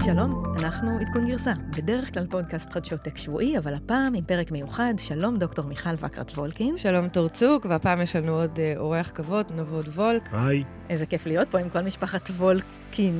שלום, אנחנו עדכון גרסה, בדרך כלל פודקאסט חדשות טק שבועי, אבל הפעם עם פרק מיוחד. שלום דוקטור מיכל וקרת-וולקין. שלום תורצוק, והפעם יש לנו עוד אורח כבוד, נבוד וולק. היי. איזה כיף להיות פה עם כל משפחת וולקין.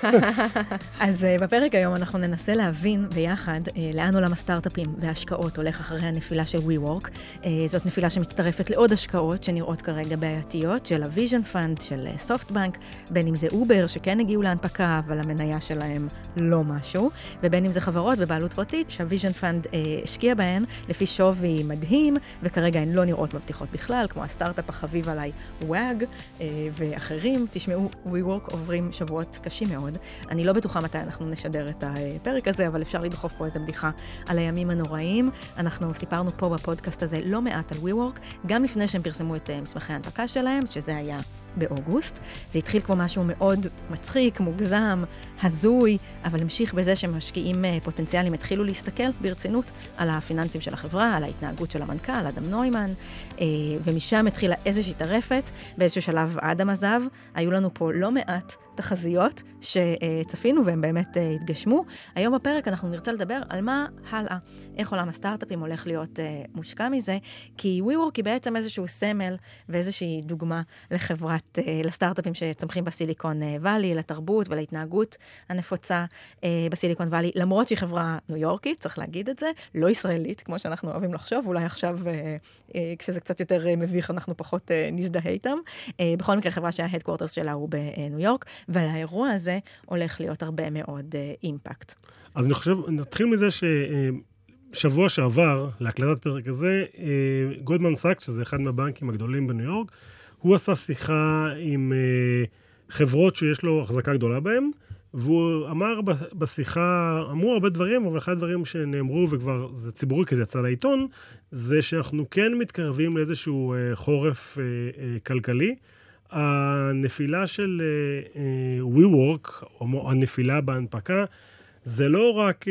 אז בפרק היום אנחנו ננסה להבין ביחד לאן עולם הסטארט-אפים וההשקעות הולך אחרי הנפילה של WeWork. זאת נפילה שמצטרפת לעוד השקעות שנראות כרגע בעייתיות, של ה-Vision Fund, של SoftBank, בין אם זה אובר שכן הגיעו להנפקה, אבל המניה שלהם לא משהו, ובין אם זה חברות בבעלות פרטית שה-Vision Fund השקיע בהן לפי שווי מדהים, וכרגע הן לא נראות מבטיחות בכלל, כמו הסטארט-אפ החביב עליי WAG ואחרים. תשמעו, WeWork עוברים שבועות קשים מאוד. אני לא בטוחה מתי אנחנו נשדר את הפרק הזה, אבל אפשר לדחוף פה איזה בדיחה על הימים הנוראים. אנחנו סיפרנו פה בפודקאסט הזה לא מעט על WeWork, גם לפני שהם פרסמו את מסמכי ההנפקה שלהם, שזה היה באוגוסט. זה התחיל כמו משהו מאוד מצחיק, מוגזם, הזוי, אבל המשיך בזה שמשקיעים פוטנציאליים התחילו להסתכל ברצינות על הפיננסים של החברה, על ההתנהגות של המנכ"ל, אדם נוימן, ומשם התחילה איזושהי טרפת. באיזשהו שלב אדם עזב, היו לנו פה לא מעט תחזיות שצפינו והם באמת התגשמו. היום בפרק אנחנו נרצה לדבר על מה הלאה, איך עולם הסטארט-אפים הולך להיות מושקע מזה, כי WeWork היא בעצם איזשהו סמל ואיזושהי דוגמה לסטארט-אפים שצומחים בסיליקון ואלי, לתרבות ולהתנהגות הנפוצה בסיליקון ואלי, למרות שהיא חברה ניו יורקית, צריך להגיד את זה, לא ישראלית, כמו שאנחנו אוהבים לחשוב, אולי עכשיו כשזה קצת יותר מביך אנחנו פחות נזדהה איתם. בכל מקרה חברה שההדקוורטרס שלה הוא בניו יורק, ועל האירוע הזה הולך להיות הרבה מאוד אימפקט. אז אני חושב, נתחיל מזה ששבוע שעבר, להקלטת פרק הזה, גולדמן סאקס, שזה אחד מהבנקים הגדולים בניו יורק, הוא עשה שיחה עם חברות שיש לו החזקה גדולה בהם, והוא אמר בשיחה, אמרו הרבה דברים, אבל אחד הדברים שנאמרו, וכבר זה ציבורי כי זה יצא לעיתון, זה שאנחנו כן מתקרבים לאיזשהו חורף כלכלי. הנפילה של WeWork, או הנפילה בהנפקה, זה לא רק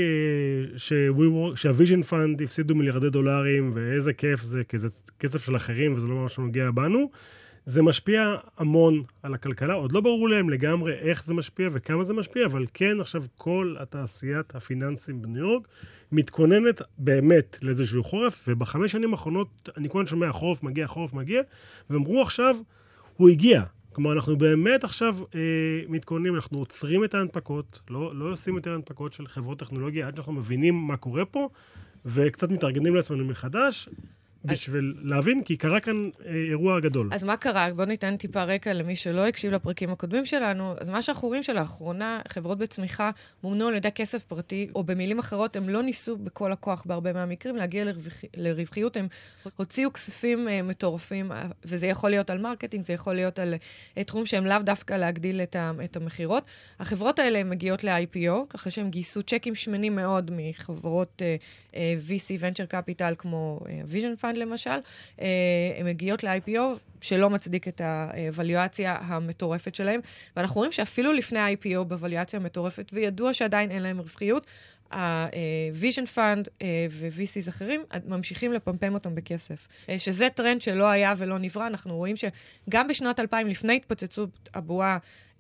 שה-Vision Fund הפסידו מיליארדי דולרים, ואיזה כיף זה, כי זה כסף של אחרים, וזה לא ממש נוגע בנו. זה משפיע המון על הכלכלה, עוד לא ברור להם לגמרי איך זה משפיע וכמה זה משפיע, אבל כן עכשיו כל התעשיית הפיננסים בניו יורק מתכוננת באמת לאיזשהו חורף, וב5 שנים האחרונות אני כבר שומע חורף מגיע, ואמרו עכשיו, הוא הגיע. כלומר, אנחנו באמת עכשיו מתכוננים, אנחנו עוצרים את ההנפקות, לא עושים יותר הנפקות של חברות טכנולוגיה, עד שאנחנו מבינים מה קורה פה, וקצת מתארגנים לעצמנו מחדש, בשביל להבין, כי קרה כאן אירוע גדול. אז מה קרה? בואו ניתן טיפה רקע למי שלא הקשיב לפרקים הקודמים שלנו. אז מה שאנחנו רואים שלאחרונה, חברות בצמיחה מומנו על ידי כסף פרטי, או במילים אחרות, הם לא ניסו בכל הכוח בהרבה מהמקרים להגיע לרווחיות, הם הוציאו כספים מטורפים, וזה יכול להיות על מרקטינג, זה יכול להיות על תחום שהם לאו דווקא להגדיל את המחירות. החברות האלה מגיעות ל-IPO, ככה שהם גייסו צ'קים שמנים מאוד מחברות VC, Venture Capital, כמו Vision Fund למשל, הן מגיעות ל-IPO שלא מצדיק את הוואליואציה המטורפת שלהם, ואנחנו רואים שאפילו לפני ה-IPO בוואליואציה המטורפת, וידוע שעדיין אין להם רווחיות, ה-Vision Fund ו-VCs אחרים ממשיכים לפמפם אותם בכסף. שזה טרנד שלא היה ולא נברא, אנחנו רואים שגם בשנת 2000 לפני התפוצצות הבועה,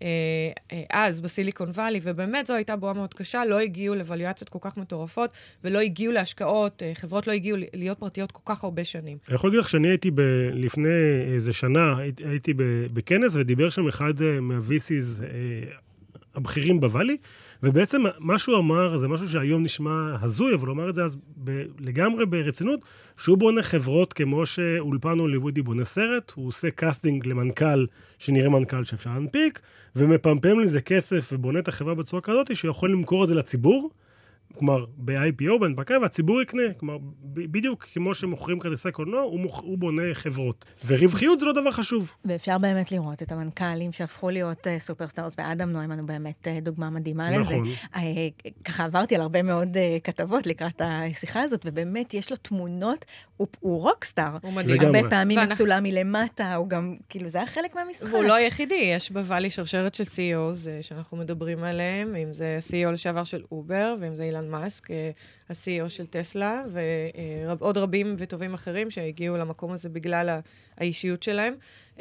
אז בסיליקון ואלי, ובאמת זו הייתה בועה מאוד קשה, לא הגיעו לוואליואציות כל כך מטורפות, ולא הגיעו להשקעות, חברות לא הגיעו להיות פרטיות כל כך הרבה שנים. אני יכול להגיד לך שאני הייתי לפני איזה שנה, הייתי בכנס, ודיבר שם אחד מה-VCs הבכירים בוואלי, ובעצם מה שהוא אמר, זה משהו שהיום נשמע הזוי, אבל הוא אמר את זה אז לגמרי ברצינות, שהוא בונה חברות כמו שאולפן הוליוודי בונה סרט, הוא עושה קאסטינג למנכ"ל, שנראה מנכ"ל שאפשר להנפיק, ומפמפם לזה כסף ובונה את החברה בצורה כזאת, שהוא יכול למכור את זה לציבור, כלומר, ב-IPO, בהנפקה, והציבור יקנה. כלומר, בדיוק כמו שמוכרים כרטיסי קולנוע, הוא בונה חברות. ורווחיות זה לא דבר חשוב. ואפשר באמת לראות את המנכ"לים שהפכו להיות סופרסטארס, ואדם נוימן הוא באמת דוגמה מדהימה לזה. נכון. ככה עברתי על הרבה מאוד כתבות לקראת השיחה הזאת, ובאמת יש לו תמונות, הוא רוקסטאר. הוא מדהים. הרבה פעמים מצולם מלמטה, הוא גם, כאילו, זה היה חלק מהמשחק. והוא לא היחידי, יש בוואלי שרשרת של CEOs שאנחנו מדברים עליהם, אם זה CEO לשעבר של אובר, ואם זה אילן אילון מאסק, ה-CEO של טסלה, ועוד רבים וטובים אחרים שהגיעו למקום הזה בגלל האישיות שלהם,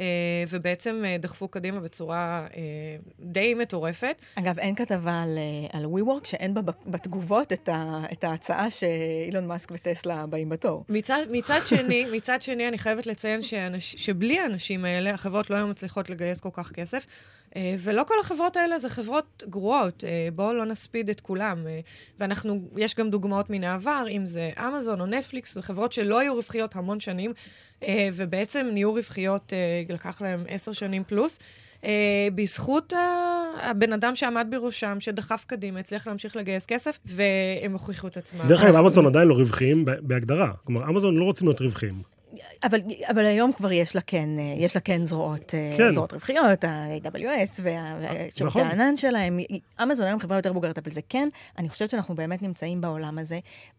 ובעצם דחפו קדימה בצורה די מטורפת. אגב, אין כתבה על WeWork שאין בה בתגובות את ההצעה שאילון מאסק וטסלה באים בתור. מצד שני, אני חייבת לציין שבלי האנשים האלה, החברות לא היו מצליחות לגייס כל כך כסף, ולא כל החברות האלה זה חברות גרועות, בואו לא נספיד את כולם. יש גם דוגמאות מן העבר, אם זה אמזון או נטפליקס, זה חברות שלא היו רווחיות המון שנים, ובעצם נהיו רווחיות, לקח להם 10 שנים פלוס, בזכות הבן אדם שעמד בראשם, שדחף קדימה, הצליח להמשיך לגייס כסף, והם הוכיחו את עצמם. דרך אגב, אמזון עדיין לא רווחיים בהגדרה. כלומר, אמזון לא רוצים להיות רווחיים. אבל היום כבר יש לה כן זרועות רווחיות, ה-AWS והשירותי הענן שלהם. אמזון היום חברה יותר בוגרת, אבל זה כן, אני חושבת שאנחנו באמת נמצאים בעולם הזה,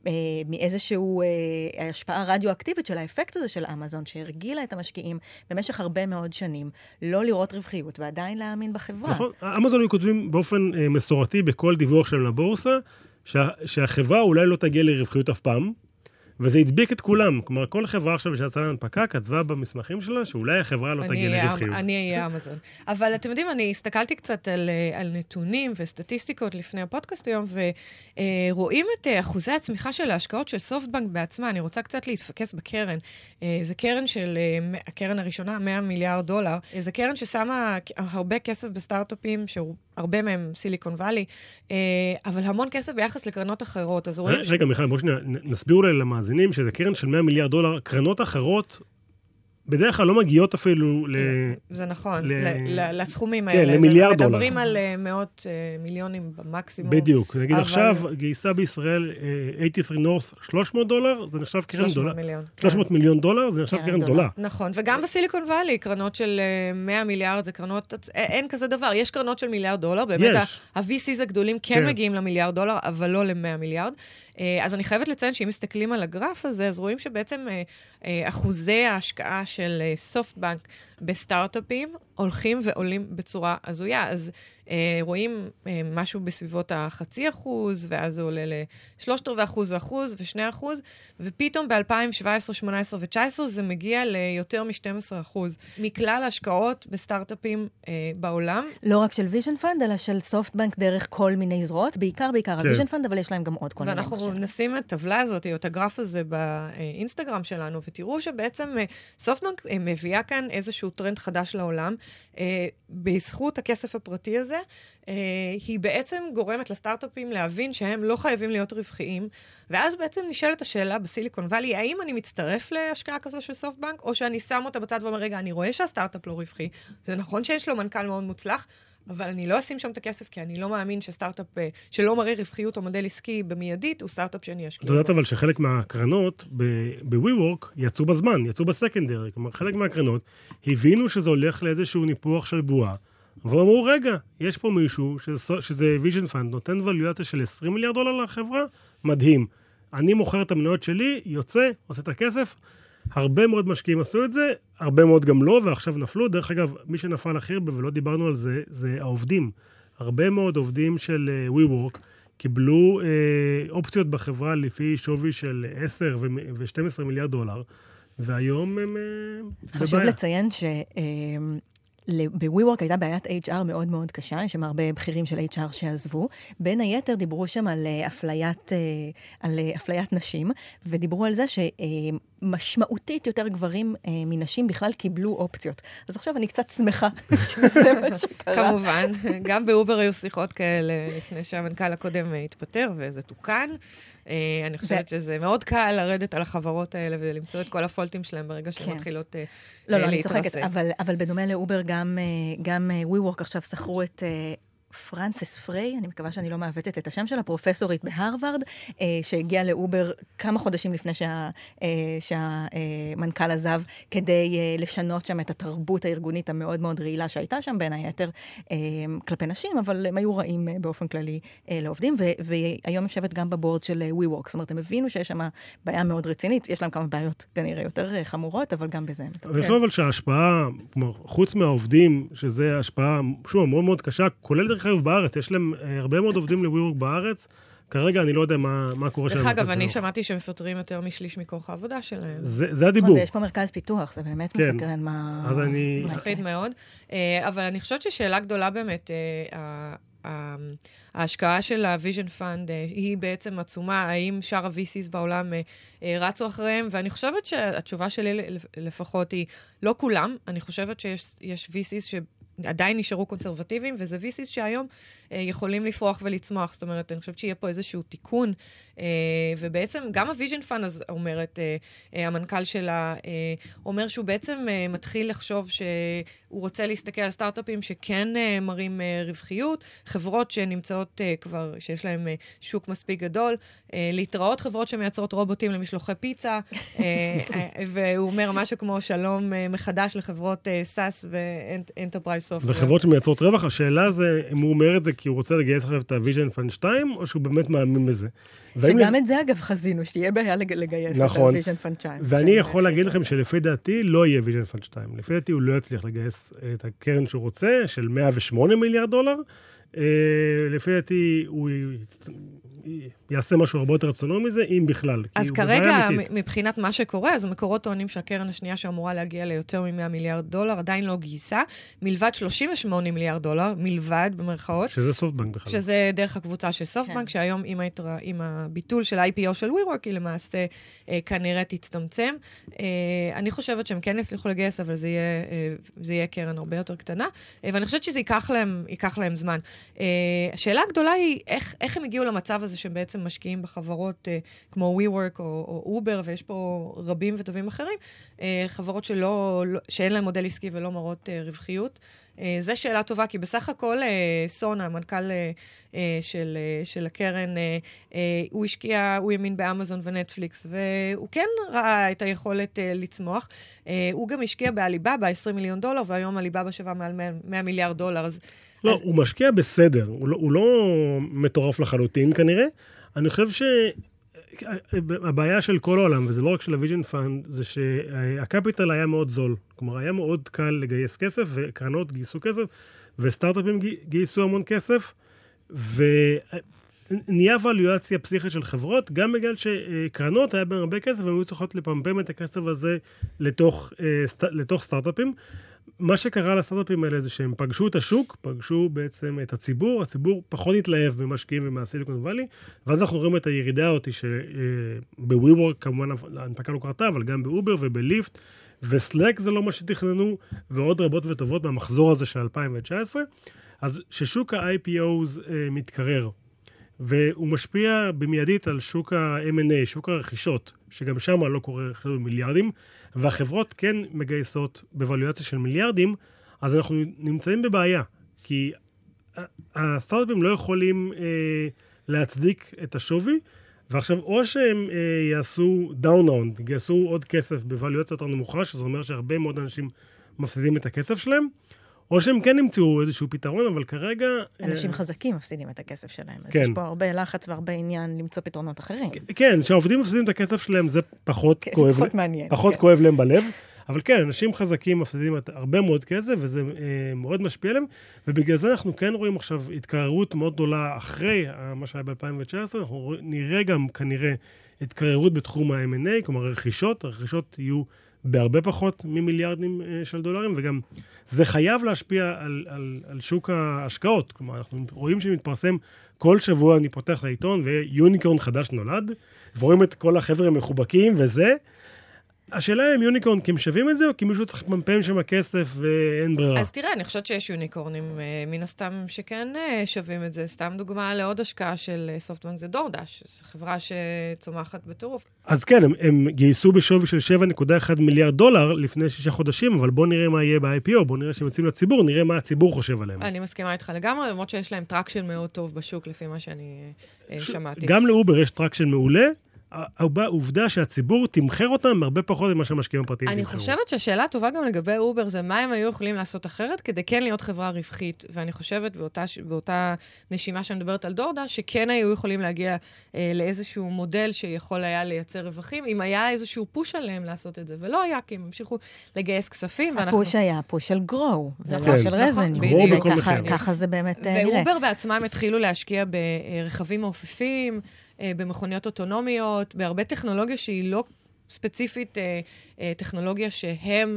מאיזשהו השפעה רדיואקטיבית של האפקט הזה של אמזון, שהרגילה את המשקיעים במשך הרבה מאוד שנים, לא לראות רווחיות ועדיין להאמין בחברה. נכון, אמזון היו כותבים באופן מסורתי בכל דיווח שלהם לבורסה, שהחברה אולי לא תגיע לרווחיות אף פעם, וזה הדביק את כולם. כלומר, כל חברה עכשיו שיצאה להנפקה כתבה במסמכים שלה שאולי החברה לא תגיע לרווחיות. אני אהיה אמזון. אבל אתם יודעים, אני הסתכלתי קצת על נתונים וסטטיסטיקות לפני הפודקאסט היום, ורואים את אחוזי הצמיחה של ההשקעות של סופטבנק בעצמה. אני רוצה קצת להתפקס בקרן. זה קרן הקרן הראשונה, $100 מיליארד. זה קרן ששמה הרבה כסף בסטארט-אפים, הרבה מהם סיליקון ואלי, אבל המון כסף ביחס לקרנות אחרות. אז רואים רגע, מיכל, בואו נסביר אולי למאזינים שזה קרן של $100 מיליארד, קרנות אחרות בדרך כלל לא מגיעות אפילו זה נכון, לסכומים האלה. כן, למיליארד דולר. מדברים על מאות מיליונים במקסימום. בדיוק. נגיד עכשיו, גייסה בישראל 83 North $300, זה נחשב קרן גדולה. 300 מיליון דולר, זה נחשב קרן גדולה. נכון, וגם בסיליקון ואלי, קרנות של 100 מיליארד, זה קרנות, אין כזה דבר. יש קרנות של $1 מיליארד, באמת ה-VCs הגדולים כן מגיעים $1 מיליארד, אבל לא ל-100 מיליארד. אז אני חייבת לציין שאם מסתכלים על הגרף הזה, אז רואים שבעצם אחוזי ההשקעה של סופטבנק בסטארט-אפים הולכים ועולים בצורה הזויה. אז רואים משהו בסביבות ה0.5%, ואז זה עולה ל3/4% ו2%, ופתאום ב-2017, 2018 ו-2019 זה מגיע ליותר מ12% מכלל ההשקעות בסטארט-אפים בעולם. לא רק של ויז'ן פאנד, אלא של סופטבנק דרך כל מיני זרועות, בעיקר הוויז'ן פאנד, אבל יש להם גם עוד כל מיני. ואנחנו נשים את הטבלה הזאת, או את הגרף הזה באינסטגרם שלנו, ותראו שבעצם סופטבנק מביאה כאן איזשהו טרנד חדש לעולם, בזכות הכסף הפרטי הזה, היא בעצם גורמת לסטארט-אפים להבין שהם לא חייבים להיות רווחיים, ואז בעצם נשאלת השאלה בסיליקון ואלי, האם אני מצטרף להשקעה כזו של סופטבנק, או שאני שם אותה בצד ואומר, רגע, אני רואה שהסטארט-אפ לא רווחי, זה נכון שיש לו מנכ"ל מאוד מוצלח, אבל אני לא אשים שם את הכסף, כי אני לא מאמין שסטארט-אפ שלא מראה רווחיות או מודל עסקי במיידית, הוא סטארט-אפ שאני אשקיע. אתה יודעת אבל שחלק מהקרנות ב-WeWork יצאו בזמן, יצאו בסקנדרי. כלומר, חלק מהקרנות הבינו שזה הולך לאיזשהו ניפוח של בועה, ואמרו, רגע, יש פה מישהו שזה ויז'ן פאנד, נותן ולואציה של $20 מיליארד לחברה, מדהים. אני מוכר את המניות שלי, יוצא, עושה את הכסף, הרבה מאוד משקיעים עשו את זה, הרבה מאוד גם לא, ועכשיו נפלו. דרך אגב, מי שנפל הכי הרבה, ולא דיברנו על זה, זה העובדים. הרבה מאוד עובדים של WeWork קיבלו אופציות בחברה לפי שווי של 10 ו-12 מיליארד דולר, והיום הם בבעיה. חשוב לציין ב-WeWork הייתה בעיית HR מאוד מאוד קשה, יש שם הרבה בכירים של HR שעזבו. בין היתר דיברו שם על אפליית נשים, ודיברו על זה שמשמעותית יותר גברים מנשים בכלל קיבלו אופציות. אז עכשיו אני קצת שמחה שזה מה שקרה. כמובן, גם באובר היו שיחות כאלה לפני שהמנכ"ל הקודם התפטר, וזה תוקן. אני חושבת שזה מאוד קל לרדת על החברות האלה ולמצוא את כל הפולטים שלהם ברגע שהן מתחילות להתרסק. לא, אני צוחקת, אבל בדומה לאובר גם WeWork עכשיו שכרו את פרנסס פריי, אני מקווה שאני לא מעוותת את השם שלה, פרופסורית בהרווארד, שהגיעה לאובר כמה חודשים לפני שהמנכ"ל עזב, כדי לשנות שם את התרבות הארגונית המאוד מאוד רעילה שהייתה שם, בין היתר כלפי נשים, אבל הם היו רעים באופן כללי לעובדים, והיום יושבת גם בבורד של WeWork, זאת אומרת, הם הבינו שיש שם בעיה מאוד רצינית, יש להם כמה בעיות כנראה יותר חמורות, אבל גם בזה. אני חושב אבל שההשפעה, חוץ מהעובדים, שזה השפעה, שוב, מאוד מאוד קשה, כולל דרך אגב בארץ, יש להם הרבה מאוד עובדים ל-WeWork בארץ, כרגע אני לא יודע מה קורה שם. דרך אגב, אני שמעתי שהם מפטרים יותר משליש מכוח העבודה שלהם. זה הדיבור. יש פה מרכז פיתוח, זה באמת מסקרן מה... אז אני... מפחיד מאוד. אבל אני חושבת ששאלה גדולה באמת, ההשקעה של הוויז'ן פאנד היא בעצם עצומה, האם שאר ה-VCs בעולם רצו אחריהם, ואני חושבת שהתשובה שלי לפחות היא לא כולם, אני חושבת שיש VCs שעדיין נשארו קונסרבטיביים, וזה VCs שהיום יכולים לפרוח ולצמוח, זאת אומרת, אני חושבת שיהיה פה איזשהו תיקון, ובעצם גם הוויז'ן פאנד אומרת, המנכ"ל שלה אומר שהוא בעצם מתחיל לחשוב שהוא רוצה להסתכל על סטארט-אפים שכן מראים רווחיות, חברות שנמצאות כבר, שיש להם שוק מספיק גדול, להתראות חברות שמייצרות רובוטים למשלוחי פיצה, והוא אומר משהו כמו שלום מחדש לחברות סאס ואנטרפרייז סופטוור. וחברות שמייצרות רווח, השאלה זה, אם הוא אומר את זה כי הוא רוצה לגייס עכשיו את הוויז'ן פאנד 2, או שהוא באמת מאמין בזה. שגם את זה אגב חזינו, שיהיה בעיה לגייס את הוויז'ן פאנד 2. ואני יכול להגיד לכם שלפי דעתי לא יהיה ויז'ן פאנד 2. לפי דעתי הוא לא יצליח לגייס את הקרן שהוא רוצה, של 108 מיליארד דולר. לפי דעתי הוא יעשה משהו הרבה יותר רצונו מזה, אם בכלל. אז כרגע, מבחינת מה שקורה, אז המקורות טוענים שהקרן השנייה שאמורה להגיע ליותר מ-100 מיליארד דולר, עדיין לא גייסה, מלבד 38 מיליארד דולר, מלבד במרכאות. שזה סופטבנק בכלל. שזה דרך הקבוצה של סופטבנק, שהיום עם הביטול של ה-IPO של WeWork, היא למעשה כנראה תצטמצם. אני חושבת שהם כן יצליחו לגייס, אבל זה יהיה קרן הרבה יותר קטנה, ואני חושבת שזה ייקח להם זמן. השאלה הגדולה היא, איך הם הגיעו למצב הזה שהם בעצם משקיעים בחברות כמו WeWork או Uber, ויש פה רבים וטובים אחרים, חברות שאין להם מודל עסקי ולא מראות רווחיות. זו שאלה טובה, כי בסך הכל סונה, המנכ"ל של הקרן, הוא ימין באמזון ונטפליקס, והוא כן ראה את היכולת לצמוח. הוא גם השקיע בעליבאבא 20 מיליון דולר, והיום עליבאבא שווה מעל 100 מיליארד דולר. לא, הוא משקיע בסדר, הוא לא מטורף לחלוטין כנראה. אני חושב שהבעיה של כל העולם, וזה לא רק של הוויז'ן פאנד, זה שהקפיטל היה מאוד זול. כלומר, היה מאוד קל לגייס כסף, וקרנות גייסו כסף, וסטארט-אפים גייסו המון כסף, ונהיה ואלואציה פסיכית של חברות, גם בגלל שקרנות היה בהם הרבה כסף, והן היו צריכות לפמפם את הכסף הזה לתוך סטארט-אפים. מה שקרה לסטארט-אפים האלה זה שהם פגשו את השוק, פגשו בעצם את הציבור פחות התלהב במשקיעים ומהסיליקון ואלי, ואז אנחנו רואים את הירידה אותי שבוויוורק כמובן ההנפקה לא קרתה, אבל גם באובר ובליפט, וסלאק זה לא מה שתכננו, ועוד רבות וטובות במחזור הזה של 2019, אז ששוק ה-IPOs מתקרר, והוא משפיע במיידית על שוק ה-M&A, שוק הרכישות, שגם שם לא קורה רכישות במיליארדים, והחברות כן מגייסות בוולואציה של מיליארדים, אז אנחנו נמצאים בבעיה, כי הסטארט-אפים לא יכולים להצדיק את השווי, ועכשיו או שהם יעשו דאון ראונד, יגייסו עוד כסף בוולואציה יותר נמוכה, שזה אומר שהרבה מאוד אנשים מפסידים את הכסף שלהם, או שהם כן נמצאו איזשהו פתרון, אבל כרגע... אנשים חזקים מפסידים את הכסף שלהם. כן. אז יש פה הרבה לחץ והרבה עניין למצוא פתרונות אחרים. כן, שהעובדים מפסידים את הכסף שלהם, זה פחות כואב. זה פחות מעניין. פחות כואב להם בלב. אבל כן, אנשים חזקים מפסידים הרבה מאוד כסף, וזה מאוד משפיע עליהם, ובגלל זה אנחנו כן רואים עכשיו התקררות מאוד גדולה אחרי מה שהיה ב-2019, אנחנו נראה גם כנראה התקררות בתחום ה-M&A, כלומר הרכישות יהיו בהרבה פחות ממיליארדים של דולרים, וגם זה חייב להשפיע על שוק ההשקעות. כלומר, אנחנו רואים שמתפרסם כל שבוע, אני פותח את העיתון, ויוניקורן חדש נולד, ורואים את כל החבר'ה מחובקים וזה. השאלה היא אם יוניקורן כי הם שווים את זה, או כי מישהו צריך לפמפם שם הכסף ואין ברירה. אז תראה, אני חושבת שיש יוניקורנים מן הסתם שכן שווים את זה. סתם דוגמה לעוד השקעה של סופטבנק זה דורדש, זו חברה שצומחת בטירוף. אז כן, הם גייסו בשווי של 7.1 מיליארד דולר לפני 6 חודשים, אבל בואו נראה מה יהיה ב-IPO, בואו נראה שהם יוצאים לציבור, נראה מה הציבור חושב עליהם. אני מסכימה איתך לגמרי, למרות שיש להם טרקשן מאוד טוב בשוק, לפי מה שאני שמעתי. גם לאובר יש טרקשן מעולה, העובדה שהציבור תמחר אותם הרבה פחות ממה שהמשקיעים הפרטיים אני תמחרו. חושבת שהשאלה הטובה גם לגבי אובר זה מה הם היו יכולים לעשות אחרת כדי כן להיות חברה רווחית, ואני חושבת באותה נשימה שאני מדברת על דורדה, שכן היו יכולים להגיע לאיזשהו מודל שיכול היה לייצר רווחים, אם היה איזשהו פוש עליהם לעשות את זה, ולא היה, כי הם המשיכו לגייס כספים, הפוש היה פוש של גרו, ולא של רבניו, וככה זה באמת נראה. ואובר בעצמם התחילו להשקיע ברכבים מעופפים, במכוניות אוטונומיות, בהרבה טכנולוגיה שהיא לא ספציפית טכנולוגיה שהם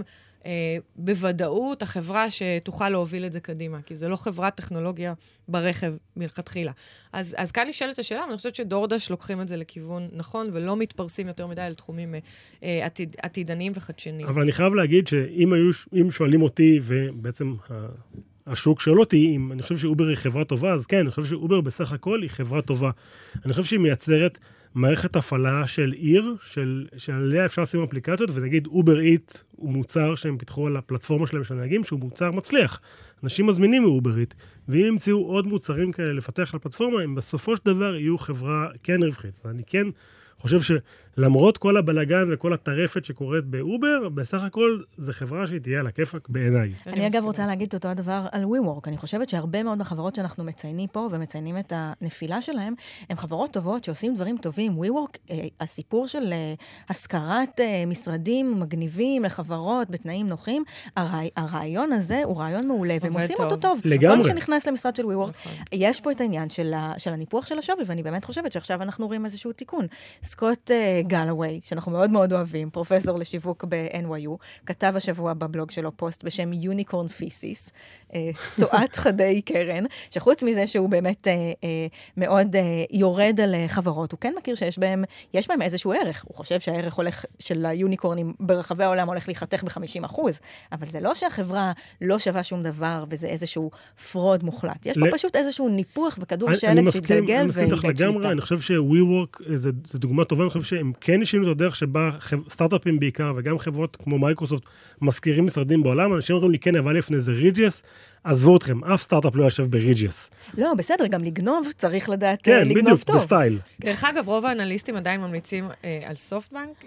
בוודאות החברה שתוכל להוביל את זה קדימה, כי זה לא חברת טכנולוגיה ברכב מלכתחילה. אז כאן נשאלת השאלה, אבל אני חושבת שדורדש לוקחים את זה לכיוון נכון, ולא מתפרסים יותר מדי לתחומים עתידניים וחדשניים. אבל אני חייב להגיד שאם שואלים אותי, ובעצם השוק שואל אותי, אם אני חושב שאובר היא חברה טובה, אז כן, אני חושב שאובר בסך הכל היא חברה טובה. אני חושב שהיא מייצרת מערכת הפעלה של עיר, שעליה אפשר לשים אפליקציות, ונגיד אובר איט הוא מוצר שהם פיתחו על הפלטפורמה שלהם של הנהגים, שהוא מוצר מצליח. אנשים מזמינים מאובר איט, ואם ימצאו עוד מוצרים כאלה לפתח לפלטפורמה, הם בסופו של דבר יהיו חברה כן רווחית. ואני כן חושב שלמרות כל הבלגן וכל הטרפת שקורית באובר, בסך הכל זו חברה שהיא תהיה על הכיפק בעיניי. אני אגב רוצה להגיד אותו הדבר על WeWork. אני חושבת שהרבה מאוד מהחברות שאנחנו מציינים פה ומציינים את הנפילה שלהם, הן חברות טובות שעושים דברים טובים. WeWork, הסיפור של השכרת משרדים מגניבים לחברות בתנאים נוחים, הרעיון הזה הוא רעיון מעולה, והם עושים אותו טוב. לגמרי. כל מי שנכנס למשרד של WeWork, יש פה את העניין של הניפוח של השווי, ואני באמת חושבת שעכשיו אנחנו רואים איזשהו תיקון. סקוט גלווי, שאנחנו מאוד מאוד אוהבים, פרופסור לשיווק ב-NYU, כתב השבוע בבלוג שלו פוסט בשם יוניקורן פיסיס, צועת חדי קרן, שחוץ מזה שהוא באמת מאוד יורד על חברות, הוא כן מכיר שיש בהם איזשהו ערך. הוא חושב שהערך של היוניקורנים ברחבי העולם הולך להיחתך ב-50%, אבל זה לא שהחברה לא שווה שום דבר, וזה איזשהו פרוד מוחלט. יש פה פשוט איזשהו ניפוח בכדור שלג שהתגלגל ואיבד שליטה. אני חושב ש-WeWork זה דוגמה טובה, אני חושב שהם כן ישנים את הדרך שבה סטארט-אפים בעיקר, וגם חברות כמו מייקרוסופט מזכירים משרדים בעולם, אנשים אומרים לי, כן, אבל לפני זה ריג'יאס, עזבו אתכם, אף סטארט-אפ לא יושב בריג'יאס. לא, בסדר, גם לגנוב, צריך לדעת כן, לגנוב בדיוק, טוב. בסטייל. דרך אגב, רוב האנליסטים עדיין ממליצים על סופטבנק,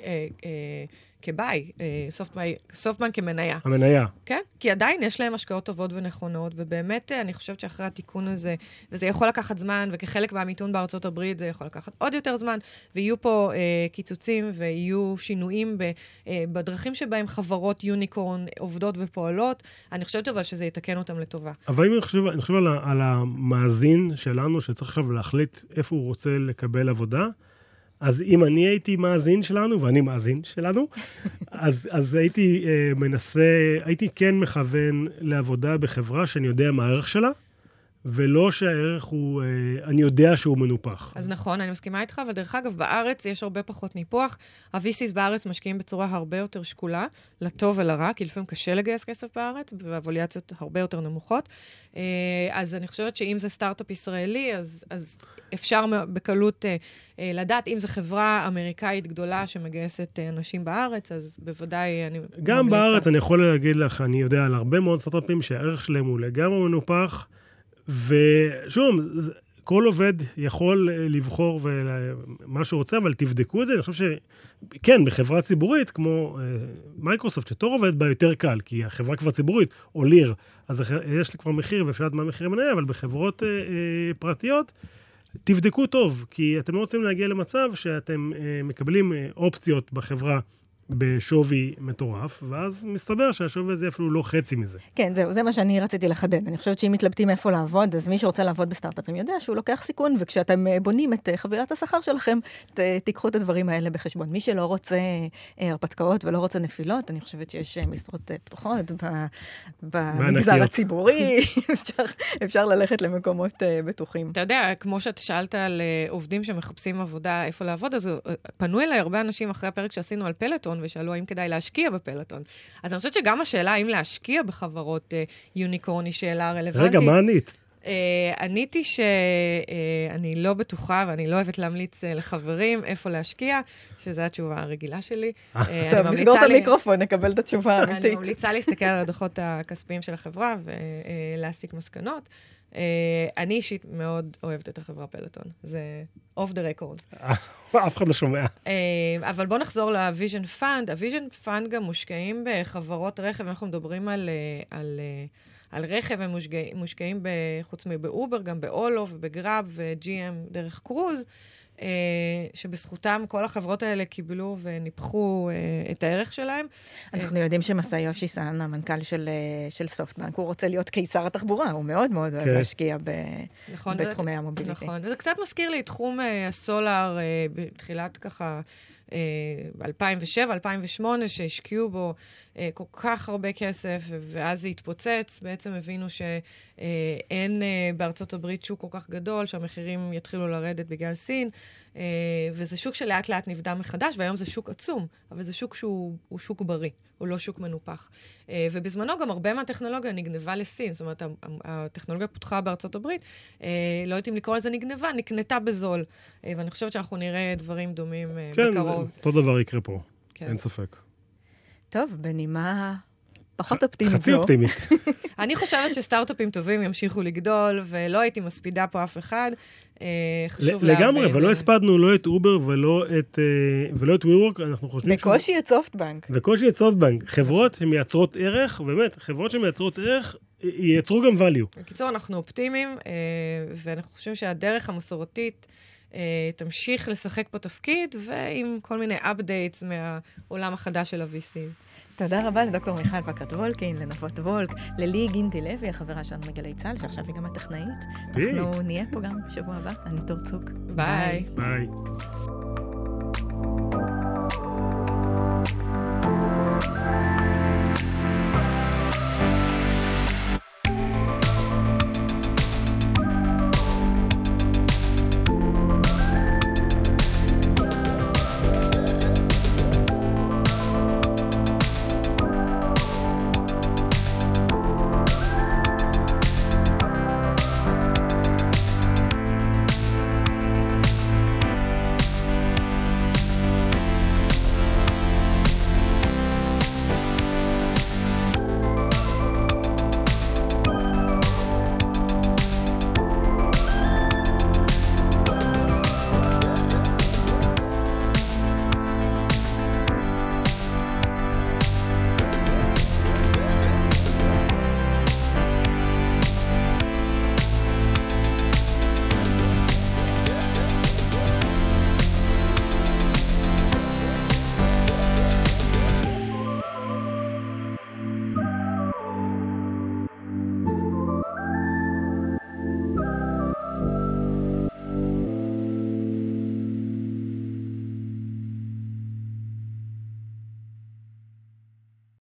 כביי, סופטבנק כמניה. המניה. כן? כי עדיין יש להם השקעות טובות ונכונות, ובאמת אני חושבת שאחרי התיקון הזה, וזה יכול לקחת זמן, וכחלק מהמיתון בארצות הברית זה יכול לקחת עוד יותר זמן, ויהיו פה קיצוצים, ויהיו שינויים בדרכים שבהם חברות יוניקורן עובדות ופועלות. אני חושבת אבל שזה יתקן אותם לטובה. אבל אם אני חושב על המאזין שלנו, שצריך עכשיו להחליט איפה הוא רוצה לקבל עבודה, אז אם אני הייתי מאזין שלנו, ואני מאזין שלנו, אז הייתי כן מכוון לעבודה בחברה שאני יודע מה הערך שלה, ולא שהערך הוא, אני יודע שהוא מנופח. אז נכון, אני מסכימה איתך, אבל דרך אגב, בארץ יש הרבה פחות ניפוח. ה-VCs בארץ משקיעים בצורה הרבה יותר שקולה, לטוב ולרע, כי לפעמים קשה לגייס כסף בארץ, והווליאציות הרבה יותר נמוכות. אז אני חושבת שאם זה סטארט-אפ ישראלי, אז אפשר בקלות לדעת, אם זו חברה אמריקאית גדולה שמגייסת אנשים בארץ, אז בוודאי אני ממליצה. גם בארץ אני יכול להגיד לך, אני יודע על הרבה מאוד סטארט-אפים שהערך שלהם הוא לגמרי מנופח, ושוב, כל עובד יכול לבחור מה שהוא רוצה, אבל תבדקו את זה. אני חושב שכן, בחברה ציבורית, כמו מייקרוסופט, שתור עובד בה יותר קל, כי החברה כבר ציבורית, או ליר, אז יש לה כבר מחיר, ואפשר לדעת מה מחיר המניה, אבל בחברות פרטיות, תבדקו טוב, כי אתם לא רוצים להגיע למצב שאתם מקבלים אופציות בחברה, בשווי מטורף, ואז מסתבר שהשווי הזה אפילו לא חצי מזה. כן, זה מה שאני רציתי לחדד. אני חושבת שאם מתלבטים איפה לעבוד, אז מי שרוצה לעבוד בסטארט-אפים יודע שהוא לוקח סיכון, וכשאתם בונים את חבילת השכר שלכם, תיקחו את הדברים האלה בחשבון. מי שלא רוצה הרפתקאות ולא רוצה נפילות, אני חושבת שיש משרות פתוחות במגזר הציבורי, אפשר ללכת למקומות בטוחים. אתה יודע, כמו שאתה שאלת על עובדים שמחפשים עבודה, איפה לעבוד, אז פנו אליי הרבה אנשים אחרי הפרק שעשינו על פלטון, ושאלו האם כדאי להשקיע בפלטון. אז אני חושבת שגם השאלה האם להשקיע בחברות יוניקורן היא שאלה רלוונטית. רגע, מה ענית? עניתי שאני לא בטוחה ואני לא אוהבת להמליץ לחברים איפה להשקיע, שזו התשובה הרגילה שלי. טוב, נסגור את המיקרופון, נקבל את התשובה האמיתית. אני ממליצה להסתכל על הדוחות הכספיים של החברה ולהסיק מסקנות. אני אישית מאוד אוהבת את החברה פלטון. זה off the record. אף אחד לא שומע. אבל בואו נחזור לוויז'ן פאנד. הוויז'ן פאנד גם מושקעים בחברות רכב, אנחנו מדברים על רכב, הם מושקעים חוץ מבאובר, גם באולו ובגראב ו-GM דרך קרוז, שבזכותם כל החברות האלה קיבלו וניפחו את הערך שלהם. אנחנו יודעים שמסאיושי סאן, המנכ"ל של סופטבנק, הוא רוצה להיות קיסר התחבורה, הוא מאוד מאוד אוהב להשקיע בתחומי המוביליטי. נכון, וזה קצת מזכיר לי את תחום הסולר בתחילת ככה 2007, 2008, שהשקיעו בו כל כך הרבה כסף, ואז זה התפוצץ, בעצם הבינו שאין בארצות הברית שוק כל כך גדול, שהמחירים יתחילו לרדת בגלל סין, וזה שוק שלאט לאט נבדה מחדש, והיום זה שוק עצום, אבל זה שוק שהוא שוק בריא, הוא לא שוק מנופח. ובזמנו גם הרבה מהטכנולוגיה נגנבה לסין, זאת אומרת, הטכנולוגיה פותחה בארצות הברית, לא יודעים לקרוא לזה נגנבה, נקנתה בזול, ואני חושבת שאנחנו נראה דברים דומים בקרוב. כן, אותו דבר יקרה פה, אין ספק. טוב, בנימה פחות אופטימית זו. חצי אופטימית. אני חושבת שסטארט-אפים טובים ימשיכו לגדול, ולא הייתי מספידה פה אף אחד. חשוב להבין. לגמרי, ולא הספדנו לא את אובר ולא את WeWork, אנחנו חושבים בקושי את סופטבנק. בקושי את סופטבנק. חברות שמייצרות ערך, באמת, חברות שמייצרות ערך, ייצרו גם value. בקיצור, אנחנו אופטימיים, ואנחנו חושבים שהדרך המסורתית תמשיך לשחק פה תפקיד, ועם כל מיני updates מהעולם החדש של ה-VC. תודה רבה לדוקטור מיכל פקרט-וולקין, לנבות וולק, ללי גינטי לוי, החברה שלנו מגלי צה"ל, שעכשיו היא גם הטכנאית. אנחנו נהיה פה גם בשבוע הבא. אני תור צוק. ביי. ביי.